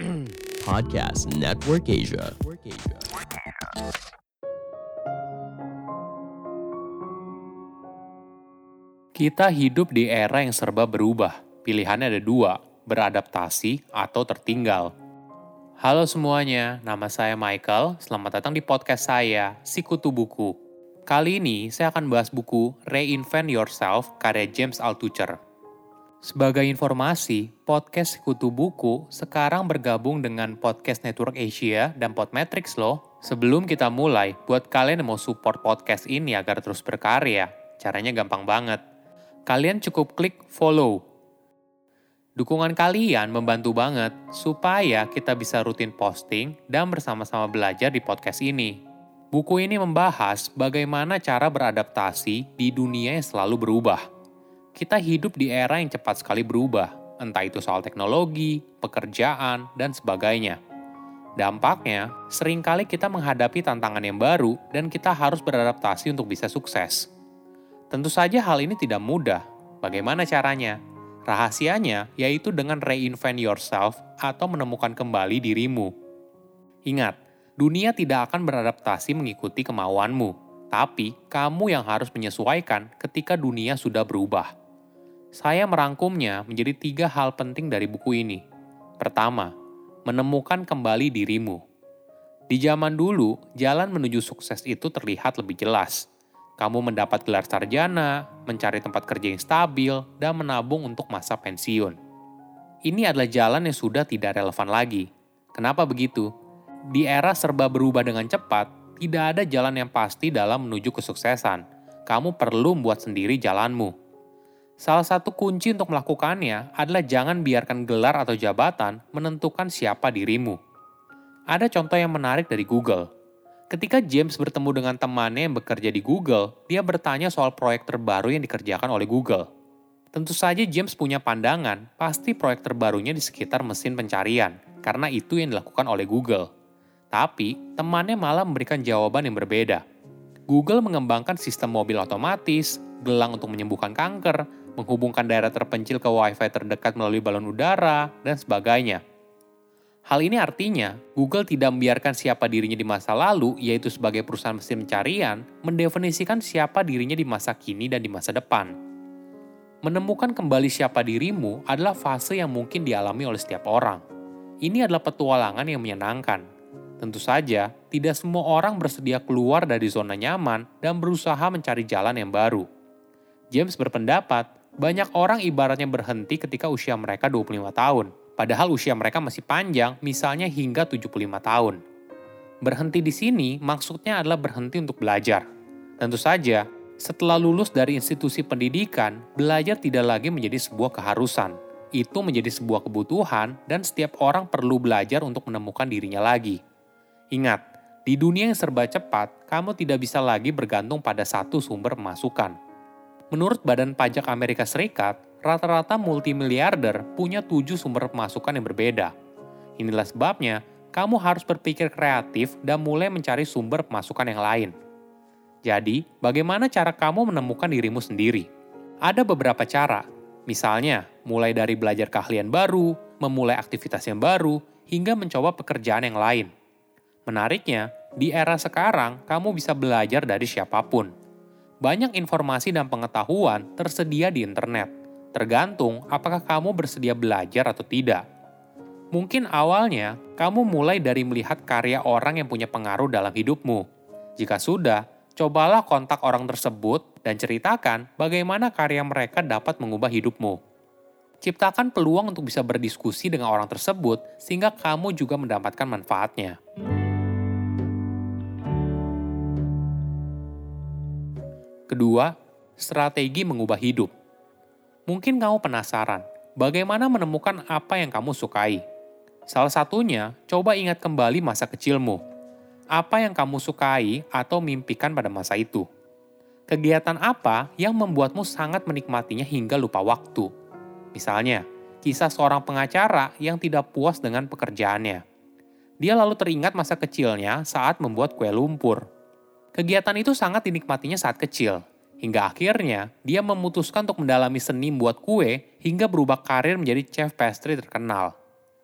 Podcast Network Asia. Kita hidup di era yang serba berubah. Pilihannya ada dua, beradaptasi atau tertinggal. Halo semuanya, nama saya Michael. Selamat datang di podcast saya, Sikutu Buku. Kali ini saya akan bahas buku Reinvent Yourself karya James Altucher. Sebagai informasi, podcast Sikutu Buku sekarang bergabung dengan Podcast Network Asia dan Podmetrics loh. Sebelum kita mulai, buat kalian yang mau support podcast ini agar terus berkarya, caranya gampang banget. Kalian cukup klik follow. Dukungan kalian membantu banget supaya kita bisa rutin posting dan bersama-sama belajar di podcast ini. Buku ini membahas bagaimana cara beradaptasi di dunia yang selalu berubah. Kita hidup di era yang cepat sekali berubah, entah itu soal teknologi, pekerjaan, dan sebagainya. Dampaknya, seringkali kita menghadapi tantangan yang baru dan kita harus beradaptasi untuk bisa sukses. Tentu saja hal ini tidak mudah. Bagaimana caranya? Rahasianya yaitu dengan reinvent yourself atau menemukan kembali dirimu. Ingat, dunia tidak akan beradaptasi mengikuti kemauanmu, tapi kamu yang harus menyesuaikan ketika dunia sudah berubah. Saya merangkumnya menjadi 3 hal penting dari buku ini. Pertama, menemukan kembali dirimu. Di zaman dulu, jalan menuju sukses itu terlihat lebih jelas. Kamu mendapat gelar sarjana, mencari tempat kerja yang stabil, dan menabung untuk masa pensiun. Ini adalah jalan yang sudah tidak relevan lagi. Kenapa begitu? Di era serba berubah dengan cepat, tidak ada jalan yang pasti dalam menuju kesuksesan. Kamu perlu membuat sendiri jalanmu. Salah satu kunci untuk melakukannya adalah jangan biarkan gelar atau jabatan menentukan siapa dirimu. Ada contoh yang menarik dari Google. Ketika James bertemu dengan temannya yang bekerja di Google, dia bertanya soal proyek terbaru yang dikerjakan oleh Google. Tentu saja James punya pandangan, pasti proyek terbarunya di sekitar mesin pencarian, karena itu yang dilakukan oleh Google. Tapi, temannya malah memberikan jawaban yang berbeda. Google mengembangkan sistem mobil otomatis, gelang untuk menyembuhkan kanker, menghubungkan daerah terpencil ke Wi-Fi terdekat melalui balon udara, dan sebagainya. Hal ini artinya, Google tidak membiarkan siapa dirinya di masa lalu, yaitu sebagai perusahaan mesin pencarian, mendefinisikan siapa dirinya di masa kini dan di masa depan. Menemukan kembali siapa dirimu adalah fase yang mungkin dialami oleh setiap orang. Ini adalah petualangan yang menyenangkan. Tentu saja, tidak semua orang bersedia keluar dari zona nyaman dan berusaha mencari jalan yang baru. James berpendapat, banyak orang ibaratnya berhenti ketika usia mereka 25 tahun. Padahal usia mereka masih panjang, misalnya hingga 75 tahun. Berhenti di sini maksudnya adalah berhenti untuk belajar. Tentu saja, setelah lulus dari institusi pendidikan, belajar tidak lagi menjadi sebuah keharusan. Itu menjadi sebuah kebutuhan dan setiap orang perlu belajar untuk menemukan dirinya lagi. Ingat, di dunia yang serba cepat, kamu tidak bisa lagi bergantung pada satu sumber pemasukan. Menurut Badan Pajak Amerika Serikat, rata-rata multimiliarder punya 7 sumber pemasukan yang berbeda. Inilah sebabnya, kamu harus berpikir kreatif dan mulai mencari sumber pemasukan yang lain. Jadi, bagaimana cara kamu menemukan dirimu sendiri? Ada beberapa cara, misalnya mulai dari belajar keahlian baru, memulai aktivitas yang baru, hingga mencoba pekerjaan yang lain. Menariknya, di era sekarang, kamu bisa belajar dari siapapun. Banyak informasi dan pengetahuan tersedia di internet, tergantung apakah kamu bersedia belajar atau tidak. Mungkin awalnya, kamu mulai dari melihat karya orang yang punya pengaruh dalam hidupmu. Jika sudah, cobalah kontak orang tersebut dan ceritakan bagaimana karya mereka dapat mengubah hidupmu. Ciptakan peluang untuk bisa berdiskusi dengan orang tersebut sehingga kamu juga mendapatkan manfaatnya. Kedua, strategi mengubah hidup. Mungkin kamu penasaran, bagaimana menemukan apa yang kamu sukai? Salah satunya, coba ingat kembali masa kecilmu. Apa yang kamu sukai atau mimpikan pada masa itu? Kegiatan apa yang membuatmu sangat menikmatinya hingga lupa waktu? Misalnya, kisah seorang pengacara yang tidak puas dengan pekerjaannya. Dia lalu teringat masa kecilnya saat membuat kue lumpur. Kegiatan itu sangat dinikmatinya saat kecil, hingga akhirnya dia memutuskan untuk mendalami seni membuat kue hingga berubah karir menjadi chef pastry terkenal.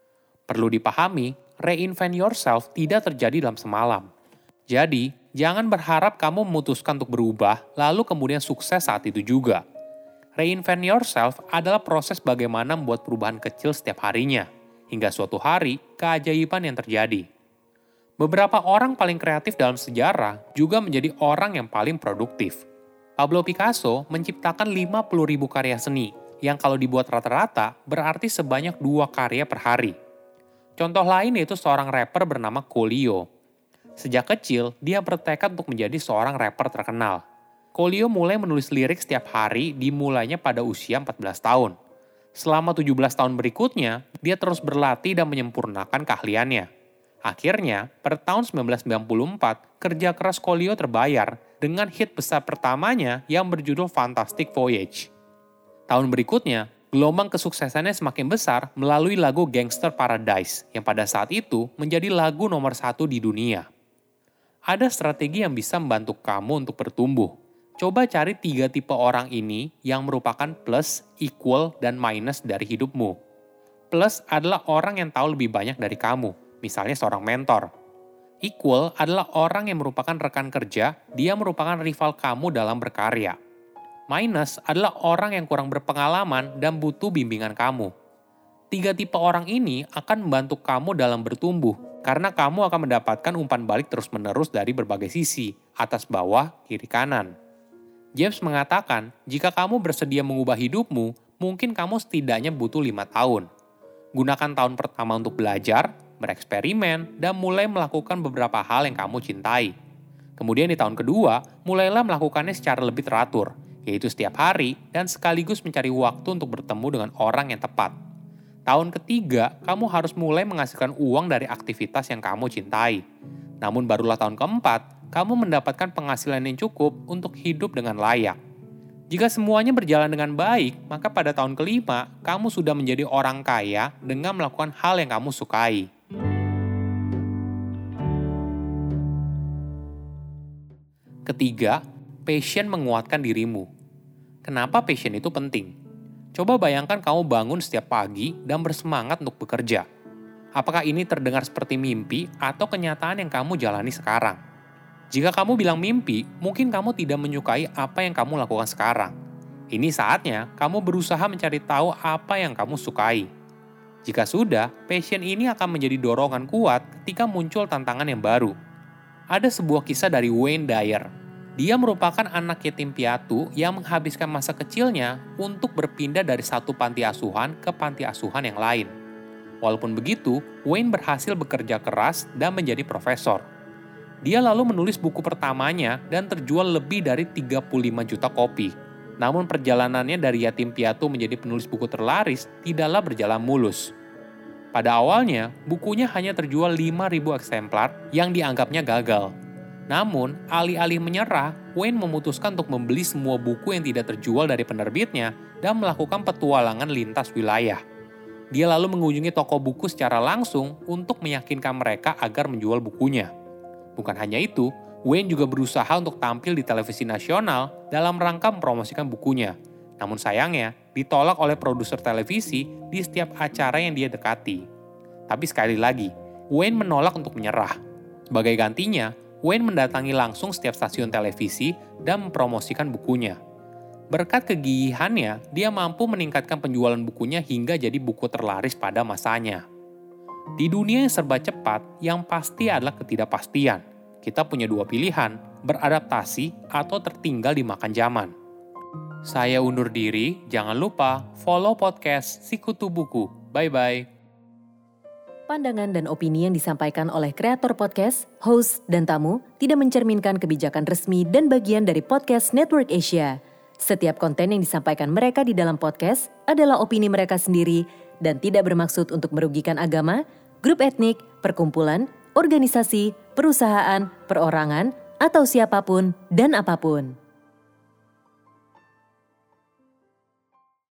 Perlu dipahami, reinvent yourself tidak terjadi dalam semalam. Jadi, jangan berharap kamu memutuskan untuk berubah, lalu kemudian sukses saat itu juga. Reinvent yourself adalah proses bagaimana membuat perubahan kecil setiap harinya, hingga suatu hari keajaiban yang terjadi. Beberapa orang paling kreatif dalam sejarah juga menjadi orang yang paling produktif. Pablo Picasso menciptakan 50.000 karya seni, yang kalau dibuat rata-rata berarti sebanyak 2 karya per hari. Contoh lain yaitu seorang rapper bernama Coolio. Sejak kecil, dia bertekad untuk menjadi seorang rapper terkenal. Coolio mulai menulis lirik setiap hari dimulainya pada usia 14 tahun. Selama 17 tahun berikutnya, dia terus berlatih dan menyempurnakan keahliannya. Akhirnya, pada tahun 1994, kerja keras Coolio terbayar dengan hit besar pertamanya yang berjudul Fantastic Voyage. Tahun berikutnya, gelombang kesuksesannya semakin besar melalui lagu Gangster Paradise yang pada saat itu menjadi lagu nomor 1 di dunia. Ada strategi yang bisa membantu kamu untuk bertumbuh. Coba cari 3 tipe orang ini yang merupakan plus, equal, dan minus dari hidupmu. Plus adalah orang yang tahu lebih banyak dari kamu, misalnya seorang mentor. Equal adalah orang yang merupakan rekan kerja, dia merupakan rival kamu dalam berkarya. Minus adalah orang yang kurang berpengalaman dan butuh bimbingan kamu. 3 tipe orang ini akan membantu kamu dalam bertumbuh, karena kamu akan mendapatkan umpan balik terus-menerus dari berbagai sisi, atas bawah, kiri kanan. James mengatakan, jika kamu bersedia mengubah hidupmu, mungkin kamu setidaknya butuh 5 tahun. Gunakan tahun pertama untuk belajar, bereksperimen, dan mulai melakukan beberapa hal yang kamu cintai. Kemudian di tahun kedua, mulailah melakukannya secara lebih teratur, yaitu setiap hari dan sekaligus mencari waktu untuk bertemu dengan orang yang tepat. Tahun ketiga, kamu harus mulai menghasilkan uang dari aktivitas yang kamu cintai. Namun barulah tahun keempat, kamu mendapatkan penghasilan yang cukup untuk hidup dengan layak. Jika semuanya berjalan dengan baik, maka pada tahun kelima, kamu sudah menjadi orang kaya dengan melakukan hal yang kamu sukai. Ketiga, passion menguatkan dirimu. Kenapa passion itu penting? Coba bayangkan kamu bangun setiap pagi dan bersemangat untuk bekerja. Apakah ini terdengar seperti mimpi atau kenyataan yang kamu jalani sekarang? Jika kamu bilang mimpi, mungkin kamu tidak menyukai apa yang kamu lakukan sekarang. Ini saatnya kamu berusaha mencari tahu apa yang kamu sukai. Jika sudah, passion ini akan menjadi dorongan kuat ketika muncul tantangan yang baru. Ada sebuah kisah dari Wayne Dyer. Dia merupakan anak yatim piatu yang menghabiskan masa kecilnya untuk berpindah dari satu panti asuhan ke panti asuhan yang lain. Walaupun begitu, Wayne berhasil bekerja keras dan menjadi profesor. Dia lalu menulis buku pertamanya dan terjual lebih dari 35 juta kopi. Namun perjalanannya dari yatim piatu menjadi penulis buku terlaris tidaklah berjalan mulus. Pada awalnya, bukunya hanya terjual 5.000 eksemplar yang dianggapnya gagal. Namun, alih-alih menyerah, Wayne memutuskan untuk membeli semua buku yang tidak terjual dari penerbitnya dan melakukan petualangan lintas wilayah. Dia lalu mengunjungi toko buku secara langsung untuk meyakinkan mereka agar menjual bukunya. Bukan hanya itu, Wayne juga berusaha untuk tampil di televisi nasional dalam rangka mempromosikan bukunya. Namun sayangnya, ditolak oleh produser televisi di setiap acara yang dia dekati. Tapi sekali lagi, Wayne menolak untuk menyerah. Sebagai gantinya, Wayne mendatangi langsung setiap stasiun televisi dan mempromosikan bukunya. Berkat kegigihannya, dia mampu meningkatkan penjualan bukunya hingga jadi buku terlaris pada masanya. Di dunia yang serba cepat, yang pasti adalah ketidakpastian. Kita punya 2 pilihan, beradaptasi atau tertinggal dimakan zaman. Saya undur diri, jangan lupa follow podcast Sikutu Buku. Bye-bye. Pandangan dan opini yang disampaikan oleh kreator podcast, host, dan tamu tidak mencerminkan kebijakan resmi dan bagian dari Podcast Network Asia. Setiap konten yang disampaikan mereka di dalam podcast adalah opini mereka sendiri dan tidak bermaksud untuk merugikan agama, grup etnik, perkumpulan, organisasi, perusahaan, perorangan, atau siapapun dan apapun.